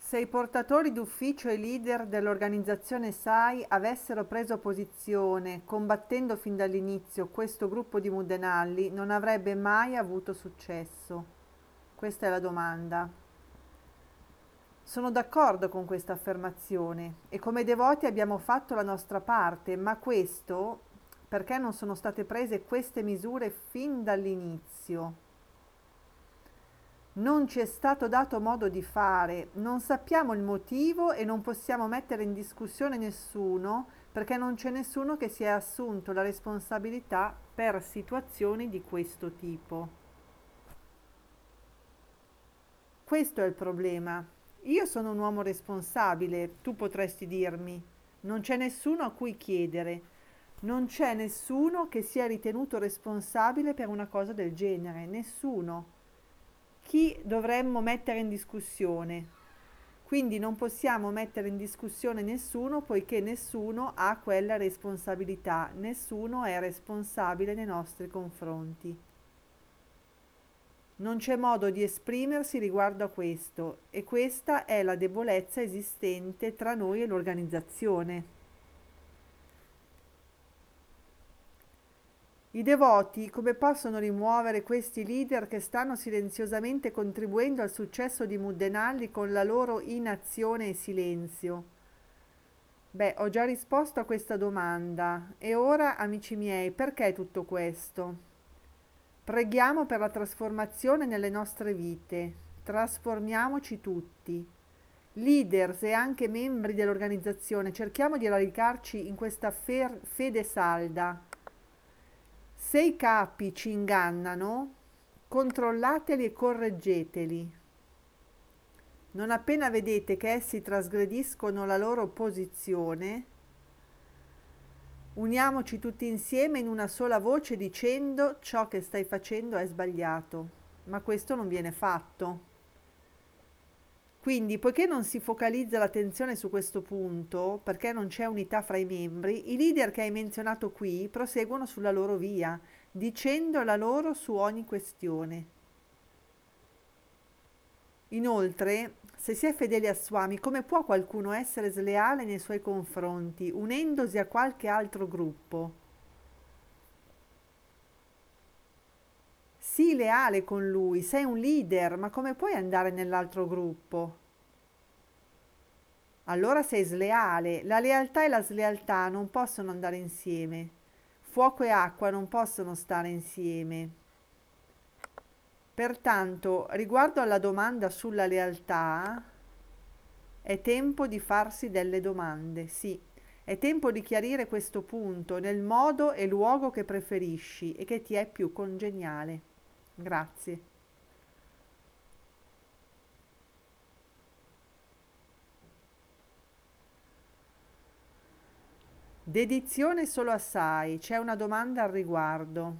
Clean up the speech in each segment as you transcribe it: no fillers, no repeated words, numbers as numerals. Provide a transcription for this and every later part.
Se i portatori d'ufficio e i leader dell'organizzazione SAI avessero preso posizione, combattendo fin dall'inizio questo gruppo di Mudenalli, non avrebbe mai avuto successo. Questa è la domanda. Sono d'accordo con questa affermazione e come devoti abbiamo fatto la nostra parte, ma questo perché non sono state prese queste misure fin dall'inizio. Non ci è stato dato modo di fare, non sappiamo il motivo e non possiamo mettere in discussione nessuno perché non c'è nessuno che si è assunto la responsabilità per situazioni di questo tipo. Questo è il problema. Io sono un uomo responsabile, tu potresti dirmi. Non c'è nessuno a cui chiedere. Non c'è nessuno che sia ritenuto responsabile per una cosa del genere. Nessuno. Chi dovremmo mettere in discussione? Quindi non possiamo mettere in discussione nessuno poiché nessuno ha quella responsabilità. Nessuno è responsabile nei nostri confronti. Non c'è modo di esprimersi riguardo a questo e questa è la debolezza esistente tra noi e l'organizzazione. I devoti come possono rimuovere questi leader che stanno silenziosamente contribuendo al successo di Muddenalli con la loro inazione e silenzio? Beh, ho già risposto a questa domanda e ora, amici miei, perché tutto questo? Preghiamo per la trasformazione nelle nostre vite. Trasformiamoci tutti. Leaders e anche membri dell'organizzazione, cerchiamo di radicarci in questa fede salda. Se i capi ci ingannano, controllateli e correggeteli. Non appena vedete che essi trasgrediscono la loro posizione, uniamoci tutti insieme in una sola voce dicendo ciò che stai facendo è sbagliato, ma questo non viene fatto. Quindi, poiché non si focalizza l'attenzione su questo punto, perché non c'è unità fra i membri, i leader che hai menzionato qui proseguono sulla loro via, dicendo la loro su ogni questione. Inoltre, se si è fedeli a Swami, come può qualcuno essere sleale nei suoi confronti, unendosi a qualche altro gruppo? Sii leale con lui, sei un leader, ma come puoi andare nell'altro gruppo? Allora sei sleale. La lealtà e la slealtà non possono andare insieme. Fuoco e acqua non possono stare insieme. Pertanto, riguardo alla domanda sulla lealtà, è tempo di farsi delle domande, sì. È tempo di chiarire questo punto nel modo e luogo che preferisci e che ti è più congeniale. Grazie. Dedizione solo assai, c'è una domanda al riguardo.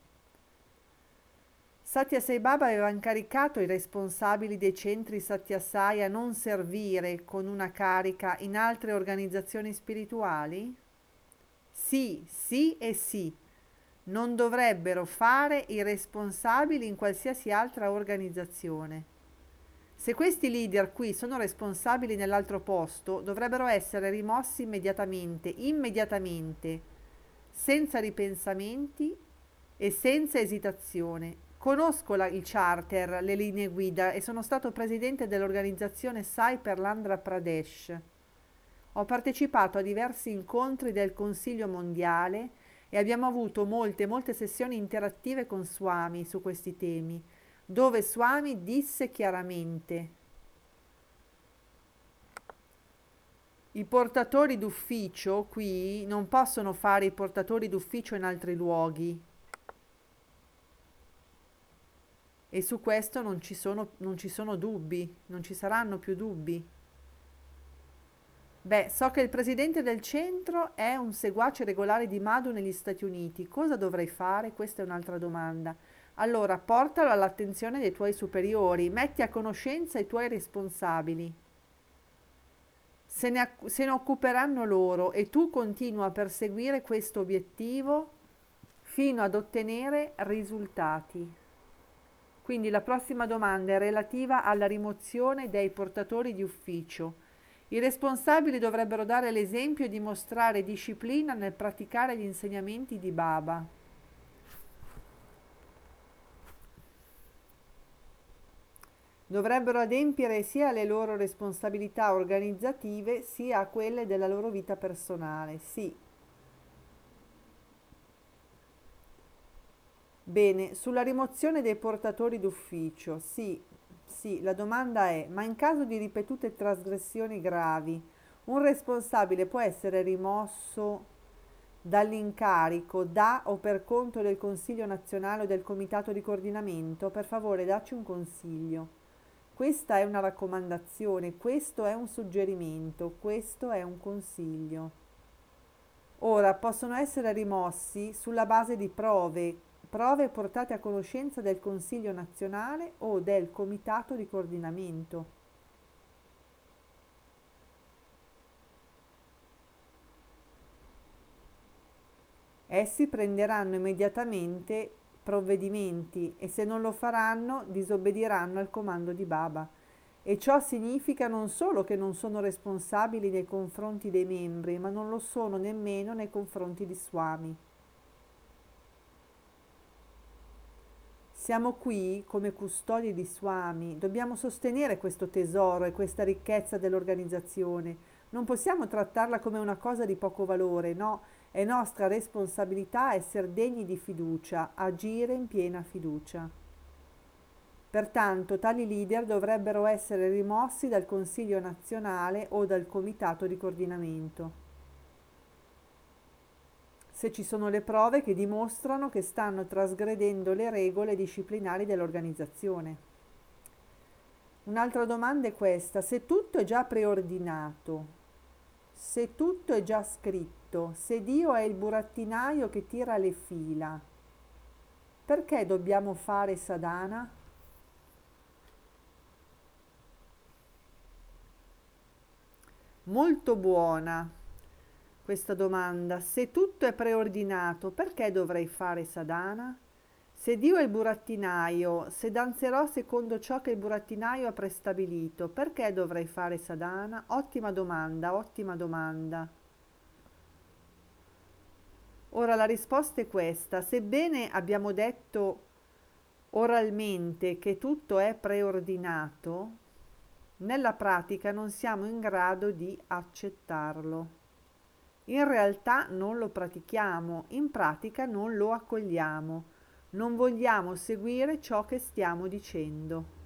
Satya Sai Baba aveva incaricato i responsabili dei centri Satya Sai a non servire con una carica in altre organizzazioni spirituali? Sì, sì e sì. Non dovrebbero fare i responsabili in qualsiasi altra organizzazione. Se questi leader qui sono responsabili nell'altro posto, dovrebbero essere rimossi immediatamente, immediatamente, senza ripensamenti e senza esitazione. Conosco il charter, le linee guida e sono stato presidente dell'organizzazione SAI per l'Andhra Pradesh. Ho partecipato a diversi incontri del Consiglio mondiale e abbiamo avuto molte sessioni interattive con Swami su questi temi, dove Swami disse chiaramente: i portatori d'ufficio qui non possono fare i portatori d'ufficio in altri luoghi. E su questo non ci sono dubbi, non ci saranno più dubbi. Beh, so che il presidente del centro è un seguace regolare di Madhu negli Stati Uniti. Cosa dovrei fare? Questa è un'altra domanda. Allora, portalo all'attenzione dei tuoi superiori, metti a conoscenza i tuoi responsabili. Se ne occuperanno loro e tu continua a perseguire questo obiettivo fino ad ottenere risultati. Quindi la prossima domanda è relativa alla rimozione dei portatori di ufficio. I responsabili dovrebbero dare l'esempio e dimostrare disciplina nel praticare gli insegnamenti di Baba. Dovrebbero adempiere sia alle loro responsabilità organizzative sia a quelle della loro vita personale. Sì. Bene, sulla rimozione dei portatori d'ufficio, sì, sì, la domanda è, ma in caso di ripetute trasgressioni gravi, un responsabile può essere rimosso dall'incarico da o per conto del Consiglio nazionale o del Comitato di coordinamento? Per favore, dacci un consiglio. Questa è una raccomandazione, questo è un suggerimento, questo è un consiglio. Ora, possono essere rimossi sulla base di prove portate a conoscenza del Consiglio nazionale o del Comitato di coordinamento. Essi prenderanno immediatamente provvedimenti e se non lo faranno disobbediranno al comando di Baba. E ciò significa non solo che non sono responsabili nei confronti dei membri, ma non lo sono nemmeno nei confronti di Swami. Siamo qui come custodi di Swami, dobbiamo sostenere questo tesoro e questa ricchezza dell'organizzazione. Non possiamo trattarla come una cosa di poco valore, no, è nostra responsabilità essere degni di fiducia, agire in piena fiducia. Pertanto tali leader dovrebbero essere rimossi dal Consiglio nazionale o dal Comitato di coordinamento, se ci sono le prove che dimostrano che stanno trasgredendo le regole disciplinari dell'organizzazione. Un'altra domanda è questa: se tutto è già preordinato, se tutto è già scritto, se Dio è il burattinaio che tira le fila, perché dobbiamo fare sadhana? Molto buona questa domanda. Se tutto è preordinato, perché dovrei fare sadhana? Se Dio è il burattinaio, se danzerò secondo ciò che il burattinaio ha prestabilito, perché dovrei fare sadhana? Ottima domanda, ottima domanda. Ora la risposta è questa: sebbene abbiamo detto oralmente che tutto è preordinato, nella pratica non siamo in grado di accettarlo. In realtà non lo pratichiamo, in pratica non lo accogliamo, non vogliamo seguire ciò che stiamo dicendo.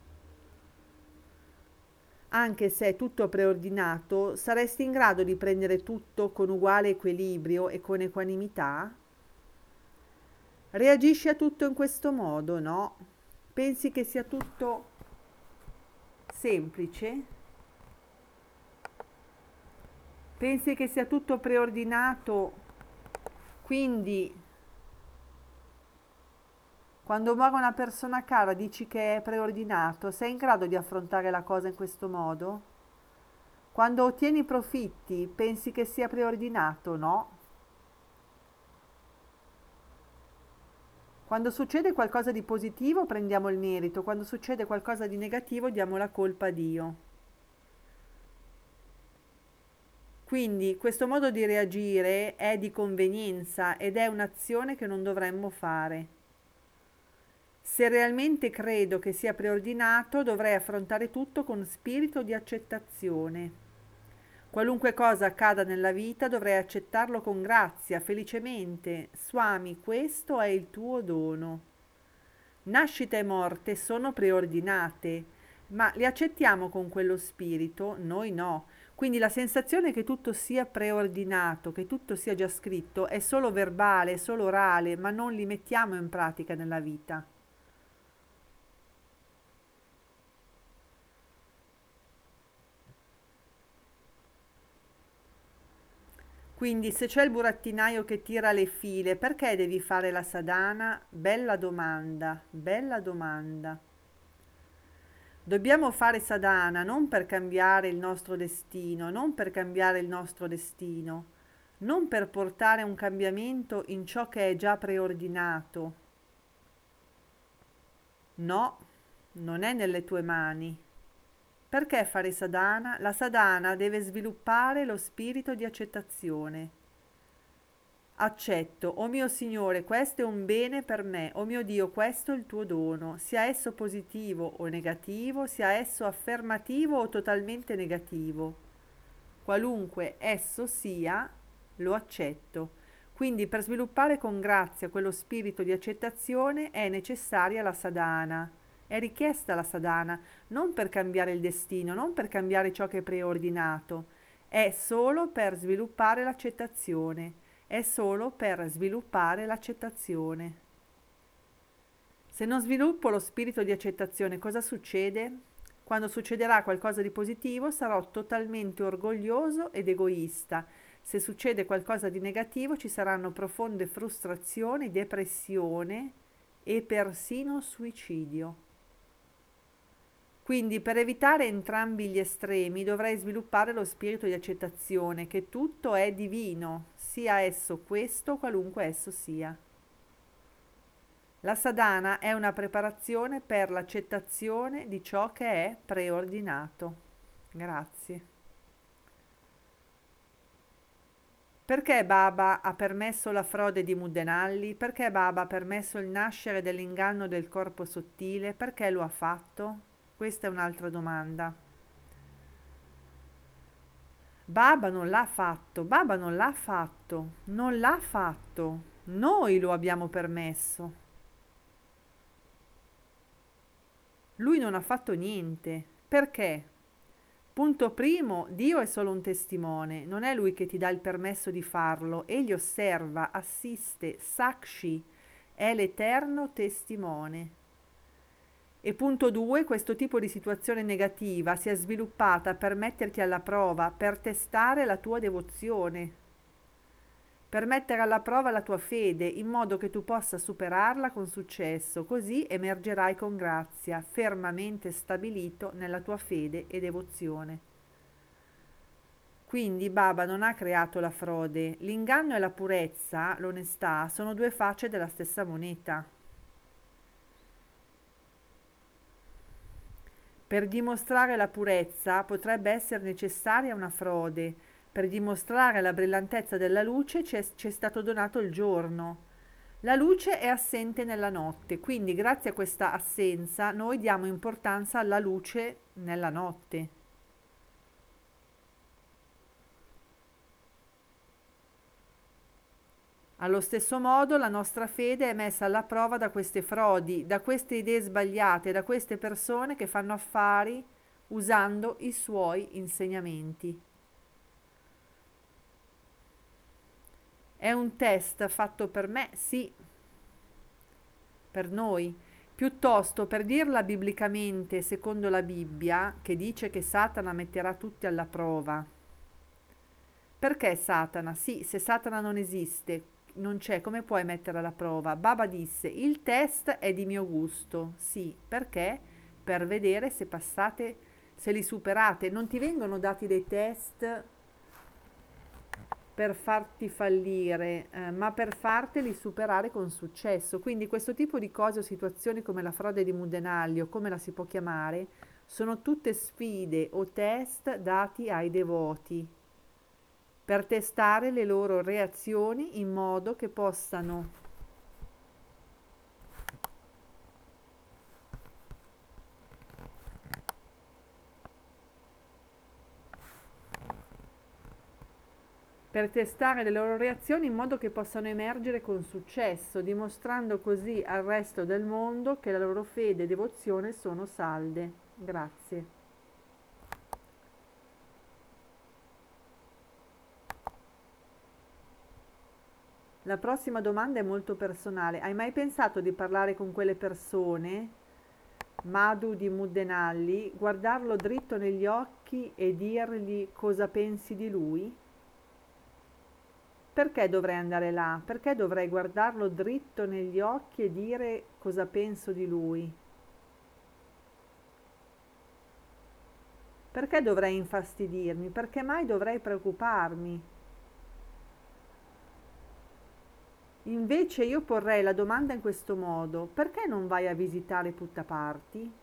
Anche se è tutto preordinato, saresti in grado di prendere tutto con uguale equilibrio e con equanimità? Reagisci a tutto in questo modo, no? Pensi che sia tutto semplice? Pensi che sia tutto preordinato, quindi quando muore una persona cara dici che è preordinato? Sei in grado di affrontare la cosa in questo modo? Quando ottieni profitti pensi che sia preordinato? No. Quando succede qualcosa di positivo prendiamo il merito, quando succede qualcosa di negativo diamo la colpa a Dio. Quindi questo modo di reagire è di convenienza ed è un'azione che non dovremmo fare. Se realmente credo che sia preordinato, dovrei affrontare tutto con spirito di accettazione. Qualunque cosa accada nella vita dovrei accettarlo con grazia, felicemente. Swami, questo è il tuo dono. Nascita e morte sono preordinate, ma le accettiamo con quello spirito? Noi no. Quindi la sensazione che tutto sia preordinato, che tutto sia già scritto, è solo verbale, è solo orale, ma non li mettiamo in pratica nella vita. Quindi se c'è il burattinaio che tira le file, perché devi fare la sadhana? Bella domanda, bella domanda. Dobbiamo fare sadhana non per cambiare il nostro destino, non per cambiare il nostro destino, non per portare un cambiamento in ciò che è già preordinato. No, non è nelle tue mani. Perché fare sadhana? La sadhana deve sviluppare lo spirito di accettazione. Accetto, o mio Signore, questo è un bene per me, o mio Dio, questo è il tuo dono, sia esso positivo o negativo, sia esso affermativo o totalmente negativo. Qualunque esso sia, lo accetto. Quindi per sviluppare con grazia quello spirito di accettazione è necessaria la sadhana. È richiesta la sadhana, non per cambiare il destino, non per cambiare ciò che è preordinato, è solo per sviluppare l'accettazione, è solo per sviluppare l'accettazione. Se non sviluppo lo spirito di accettazione, cosa succede? Quando succederà qualcosa di positivo sarò totalmente orgoglioso ed egoista. Se succede qualcosa di negativo ci saranno profonde frustrazioni, depressione e persino suicidio. Quindi per evitare entrambi gli estremi dovrei sviluppare lo spirito di accettazione, che tutto è divino, sia esso questo qualunque esso sia. La sadhana è una preparazione per l'accettazione di ciò che è preordinato. Grazie. Perché Baba ha permesso la frode di Muddenalli? Perché Baba ha permesso il nascere dell'inganno del corpo sottile? Perché lo ha fatto? Questa è un'altra domanda. Baba non l'ha fatto, Baba non l'ha fatto, non l'ha fatto. Noi lo abbiamo permesso. Lui non ha fatto niente. Perché? Punto primo, Dio è solo un testimone, non è Lui che ti dà il permesso di farlo, Egli osserva, assiste, Sakshi, è l'eterno testimone. E punto due, questo tipo di situazione negativa si è sviluppata per metterti alla prova, per testare la tua devozione, per mettere alla prova la tua fede, in modo che tu possa superarla con successo, così emergerai con grazia, fermamente stabilito nella tua fede e devozione. Quindi Baba non ha creato la frode. L'inganno e la purezza, l'onestà, sono due facce della stessa moneta. Per dimostrare la purezza potrebbe essere necessaria una frode. Per dimostrare la brillantezza della luce ci è stato donato il giorno. La luce è assente nella notte, quindi grazie a questa assenza noi diamo importanza alla luce nella notte. Allo stesso modo la nostra fede è messa alla prova da queste frodi, da queste idee sbagliate, da queste persone che fanno affari usando i suoi insegnamenti. È un test fatto per me? Sì, per noi. Piuttosto, per dirla biblicamente, secondo la Bibbia, che dice che Satana metterà tutti alla prova. Perché Satana? Sì, se Satana non esiste, non c'è, come puoi mettere alla prova? Baba disse, il test è di mio gusto. Sì, perché? Per vedere se passate, se li superate. Non ti vengono dati dei test per farti fallire, ma per farteli superare con successo. Quindi questo tipo di cose o situazioni come la frode di Muddenalli o come la si può chiamare, sono tutte sfide o test dati ai devoti per testare le loro reazioni in modo che possano emergere con successo, dimostrando così al resto del mondo che la loro fede e devozione sono salde. Grazie. La prossima domanda è molto personale. Hai mai pensato di parlare con quelle persone, Madhu di Muddenalli, guardarlo dritto negli occhi e dirgli cosa pensi di lui? Perché dovrei andare là? Perché dovrei guardarlo dritto negli occhi e dire cosa penso di lui? Perché dovrei infastidirmi? Perché mai dovrei preoccuparmi? Invece io porrei la domanda in questo modo: perché non vai a visitare Puttaparthi?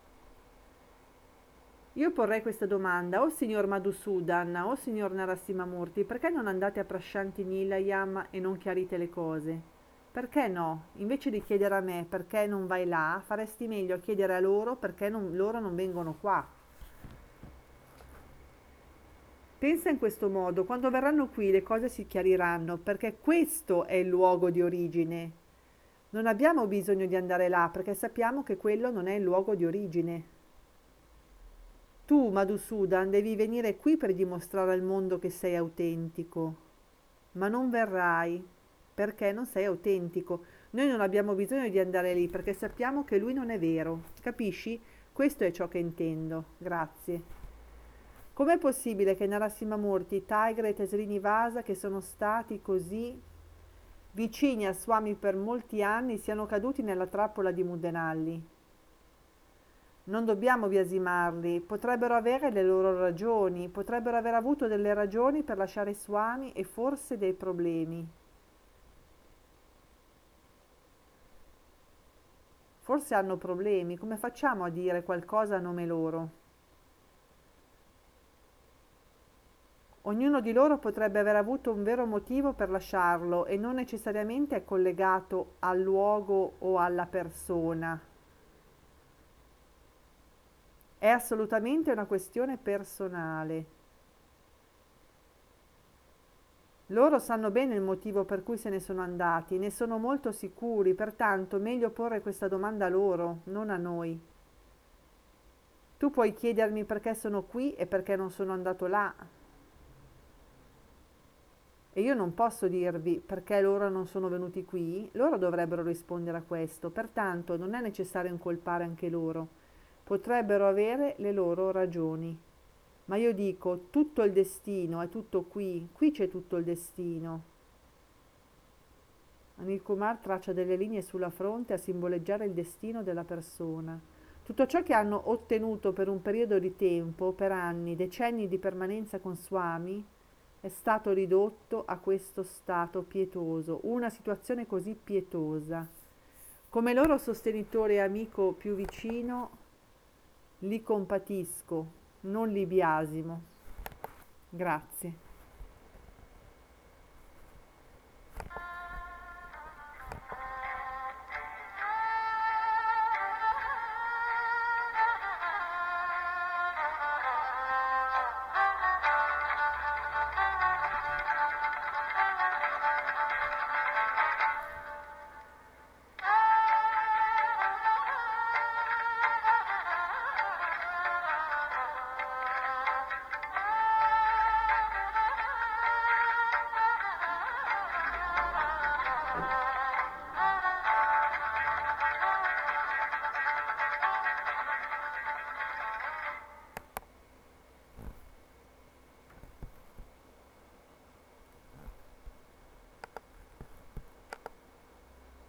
Io porrei questa domanda: o signor Madhusudan o signor Narasimhamurti, perché non andate a Prashanti Nilayam e non chiarite le cose? Perché no? Invece di chiedere a me perché non vai là, faresti meglio a chiedere a loro perché loro non vengono qua. Pensa in questo modo: quando verranno qui le cose si chiariranno, perché questo è il luogo di origine. Non abbiamo bisogno di andare là perché sappiamo che quello non è il luogo di origine. Tu, Madhusudan, devi venire qui per dimostrare al mondo che sei autentico, ma non verrai perché non sei autentico. Noi non abbiamo bisogno di andare lì perché sappiamo che lui non è vero. Capisci? Questo è ciò che intendo. Grazie. Com'è possibile che Narasimhamurti, Tiger e Srinivasa, che sono stati così vicini a Swami per molti anni, siano caduti nella trappola di Mudenalli? Non dobbiamo biasimarli, potrebbero avere le loro ragioni, potrebbero aver avuto delle ragioni per lasciare Swami e forse dei problemi. Forse hanno problemi, come facciamo a dire qualcosa a nome loro? Ognuno di loro potrebbe aver avuto un vero motivo per lasciarlo e non necessariamente è collegato al luogo o alla persona. È assolutamente una questione personale. Loro sanno bene il motivo per cui se ne sono andati, ne sono molto sicuri, pertanto meglio porre questa domanda a loro, non a noi. Tu puoi chiedermi perché sono qui e perché non sono andato là. E io non posso dirvi perché loro non sono venuti qui, loro dovrebbero rispondere a questo, pertanto non è necessario incolpare anche loro, potrebbero avere le loro ragioni. Ma io dico, tutto il destino è tutto qui c'è tutto il destino. Anil Kumar traccia delle linee sulla fronte a simboleggiare il destino della persona. Tutto ciò che hanno ottenuto per un periodo di tempo, per anni, decenni di permanenza con Swami, è stato ridotto a questo stato pietoso, una situazione così pietosa. Come loro sostenitore e amico più vicino, li compatisco, non li biasimo. Grazie.